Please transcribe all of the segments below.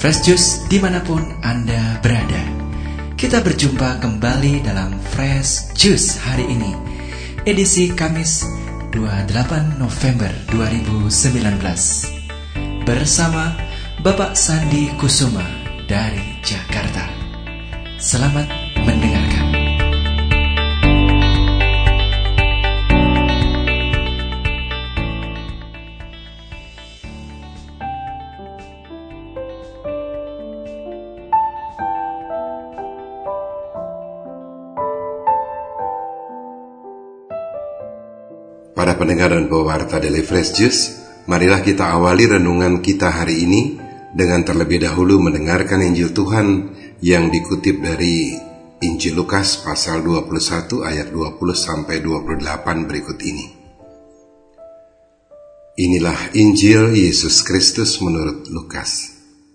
Fresh Juice dimanapun Anda berada. Kita berjumpa kembali dalam Fresh Juice hari ini, edisi Kamis 28 November 2019, bersama Bapak Sandi Kusuma dari Jakarta. Selamat mendengarkan. Para pendengar dan pewarta Daily Fresh Juice, marilah kita awali renungan kita hari ini dengan terlebih dahulu mendengarkan Injil Tuhan yang dikutip dari Injil Lukas pasal 21 ayat 20-28 berikut ini. Inilah Injil Yesus Kristus menurut Lukas.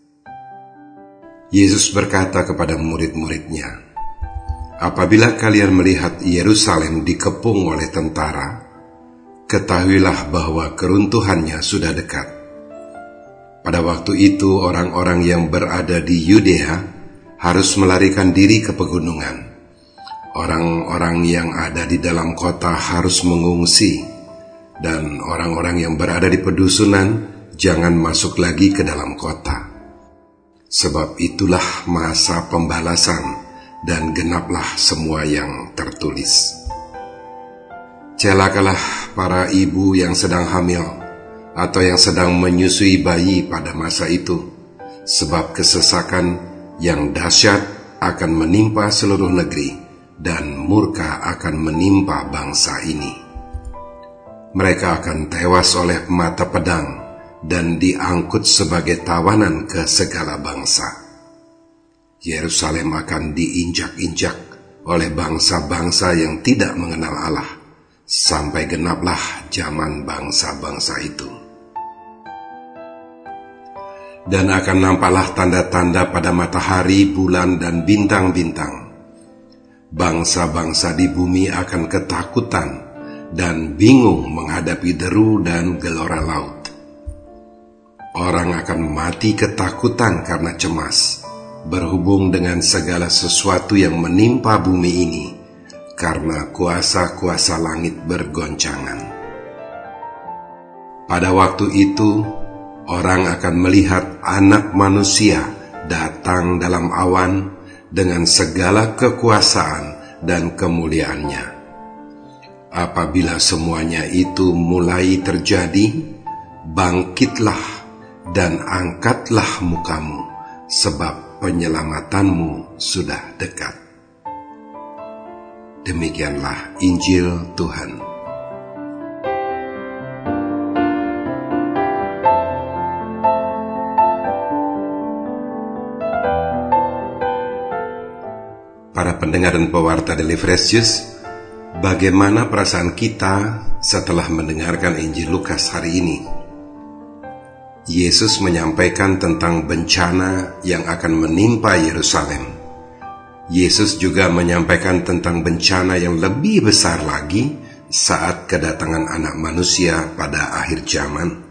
Yesus berkata kepada murid-muridnya, "Apabila kalian melihat Yerusalem dikepung oleh tentara, ketahuilah bahwa keruntuhannya sudah dekat. Pada waktu itu orang-orang yang berada di Yudea harus melarikan diri ke pegunungan. Orang-orang yang ada di dalam kota harus mengungsi, dan orang-orang yang berada di pedusunan jangan masuk lagi ke dalam kota. Sebab itulah masa pembalasan, dan genaplah semua yang tertulis. Celakalah para ibu yang sedang hamil atau yang sedang menyusui bayi pada masa itu, sebab kesesakan yang dahsyat akan menimpa seluruh negeri dan murka akan menimpa bangsa ini. Mereka akan tewas oleh mata pedang dan diangkut sebagai tawanan ke segala bangsa. Yerusalem akan diinjak-injak oleh bangsa-bangsa yang tidak mengenal Allah, sampai genaplah zaman bangsa-bangsa itu. Dan akan nampaklah tanda-tanda pada matahari, bulan, dan bintang-bintang. Bangsa-bangsa di bumi akan ketakutan dan bingung menghadapi deru dan gelora laut. Orang akan mati ketakutan karena cemas, berhubung dengan segala sesuatu yang menimpa bumi ini, karena kuasa-kuasa langit bergoncangan. Pada waktu itu, orang akan melihat Anak Manusia datang dalam awan dengan segala kekuasaan dan kemuliaannya. Apabila semuanya itu mulai terjadi, bangkitlah dan angkatlah mukamu, sebab penyelamatanmu sudah dekat." Demikianlah Injil Tuhan. Para pendengar dan pewarta Daily Fresh Juice, bagaimana perasaan kita setelah mendengarkan Injil Lukas hari ini? Yesus menyampaikan tentang bencana yang akan menimpa Yerusalem. Yesus juga menyampaikan tentang bencana yang lebih besar lagi saat kedatangan Anak Manusia pada akhir zaman.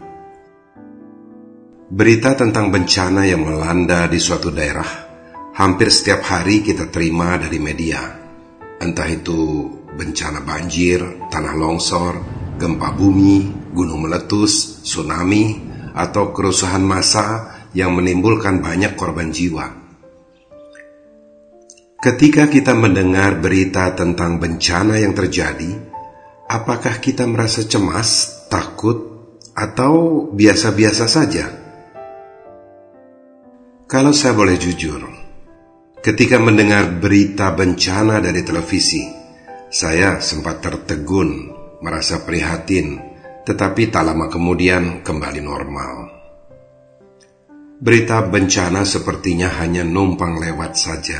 Berita tentang bencana yang melanda di suatu daerah hampir setiap hari kita terima dari media. Entah itu bencana banjir, tanah longsor, gempa bumi, gunung meletus, tsunami, atau kerusuhan massa yang menimbulkan banyak korban jiwa. Ketika kita mendengar berita tentang bencana yang terjadi, apakah kita merasa cemas, takut, atau biasa-biasa saja? Kalau saya boleh jujur, ketika mendengar berita bencana dari televisi, saya sempat tertegun, merasa prihatin, tetapi tak lama kemudian kembali normal. Berita bencana sepertinya hanya numpang lewat saja.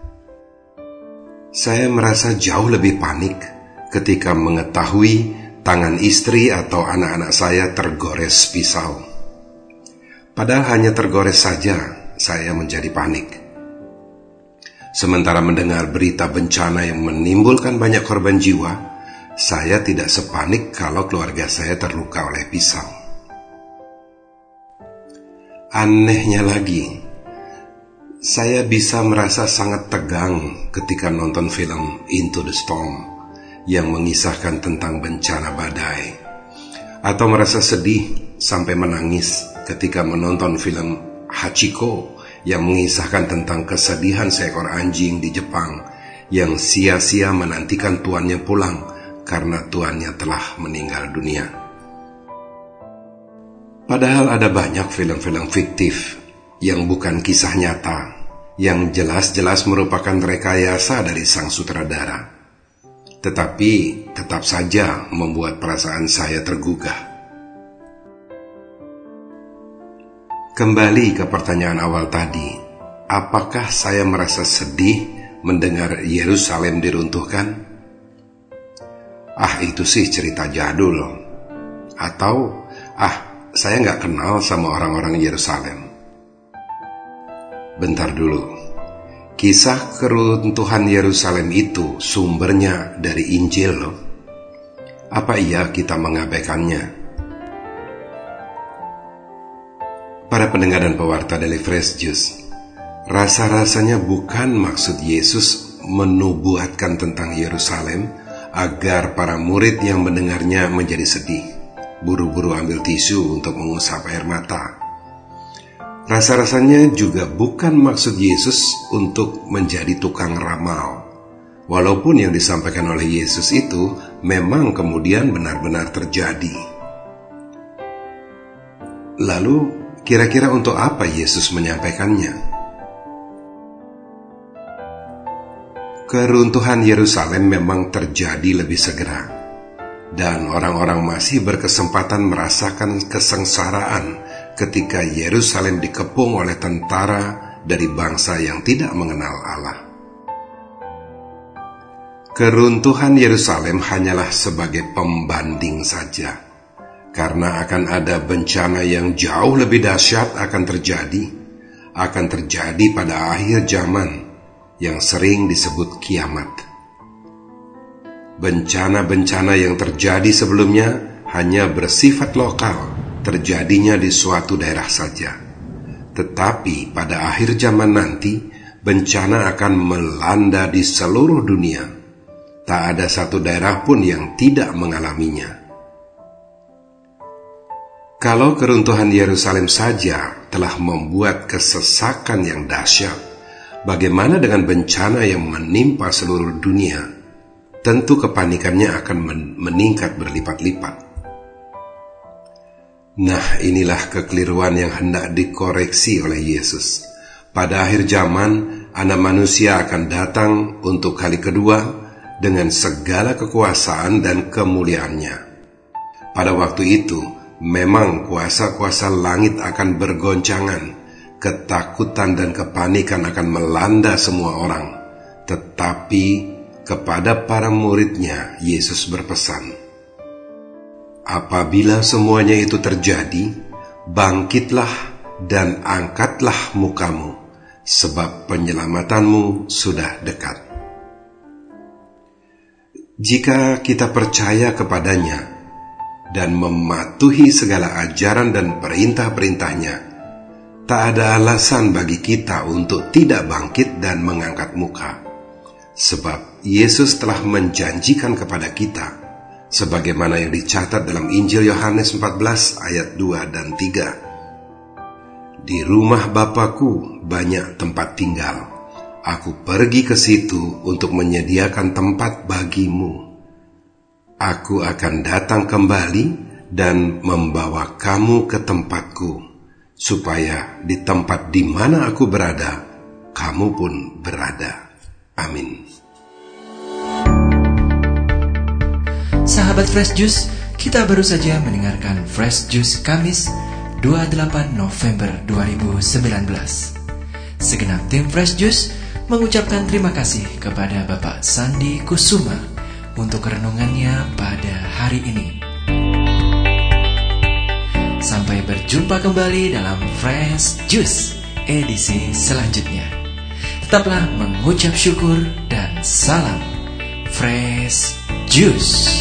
Saya merasa jauh lebih panik ketika mengetahui tangan istri atau anak-anak saya tergores pisau. Padahal hanya tergores saja, saya menjadi panik. Sementara mendengar berita bencana yang menimbulkan banyak korban jiwa, saya tidak sepanik kalau keluarga saya terluka oleh pisau. Anehnya lagi, Saya bisa merasa sangat tegang ketika nonton film Into the Storm yang mengisahkan tentang bencana badai, atau merasa sedih sampai menangis ketika menonton film Hachiko yang mengisahkan tentang kesedihan seekor anjing di Jepang yang sia-sia menantikan tuannya pulang karena tuannya telah meninggal dunia. Padahal ada banyak film-film fiktif yang bukan kisah nyata, yang jelas-jelas merupakan rekayasa dari sang sutradara, tetapi tetap saja membuat perasaan saya tergugah. Kembali ke pertanyaan awal tadi, apakah saya merasa sedih mendengar Yerusalem diruntuhkan? Itu sih cerita jadul. Atau, saya nggak kenal sama orang-orang Yerusalem. Bentar dulu. Kisah keruntuhan Yerusalem itu sumbernya dari Injil loh. Apa iya kita mengabaikannya? Para pendengar dan pewarta dari Fresh Juice, rasa-rasanya bukan maksud Yesus menubuatkan tentang Yerusalem agar para murid yang mendengarnya menjadi sedih, buru-buru ambil tisu untuk mengusap air mata. Rasa-rasanya juga bukan maksud Yesus untuk menjadi tukang ramal, walaupun yang disampaikan oleh Yesus itu memang kemudian benar-benar terjadi. Lalu, kira-kira untuk apa Yesus menyampaikannya? Keruntuhan Yerusalem memang terjadi lebih segera, dan orang-orang masih berkesempatan merasakan kesengsaraan ketika Yerusalem dikepung oleh tentara dari bangsa yang tidak mengenal Allah. Keruntuhan Yerusalem hanyalah sebagai pembanding saja, karena akan ada bencana yang jauh lebih dahsyat akan terjadi pada akhir zaman yang sering disebut kiamat. Bencana-bencana yang terjadi sebelumnya hanya bersifat lokal, terjadinya di suatu daerah saja. Tetapi pada akhir zaman nanti, bencana akan melanda di seluruh dunia. Tak ada satu daerah pun yang tidak mengalaminya. Kalau keruntuhan Yerusalem saja telah membuat kesesakan yang dahsyat, bagaimana dengan bencana yang menimpa seluruh dunia? Tentu kepanikannya akan meningkat berlipat-lipat. Nah, inilah kekeliruan yang hendak dikoreksi oleh Yesus. Pada akhir zaman, Anak Manusia akan datang untuk kali kedua dengan segala kekuasaan dan kemuliaannya. Pada waktu itu, memang kuasa-kuasa langit akan bergoncangan, ketakutan dan kepanikan akan melanda semua orang. Tetapi kepada para murid-Nya, Yesus berpesan, apabila semuanya itu terjadi, bangkitlah dan angkatlah mukamu, sebab penyelamatanmu sudah dekat. Jika kita percaya kepadanya dan mematuhi segala ajaran dan perintah-perintahnya, tak ada alasan bagi kita untuk tidak bangkit dan mengangkat muka. Sebab Yesus telah menjanjikan kepada kita, sebagaimana yang dicatat dalam Injil Yohanes 14 ayat 2 dan 3. Di rumah Bapa-Ku banyak tempat tinggal. Aku pergi ke situ untuk menyediakan tempat bagimu. Aku akan datang kembali dan membawa kamu ke tempatku, supaya di tempat di mana aku berada, kamu pun berada. Amin. Sahabat Fresh Juice, kita baru saja mendengarkan Fresh Juice Kamis 28 November 2019. Segenap tim Fresh Juice mengucapkan terima kasih kepada Bapak Sandi Kusuma untuk renungannya pada hari ini. Sampai berjumpa kembali dalam Fresh Juice edisi selanjutnya. Tetaplah mengucap syukur dan salam Fresh Juice.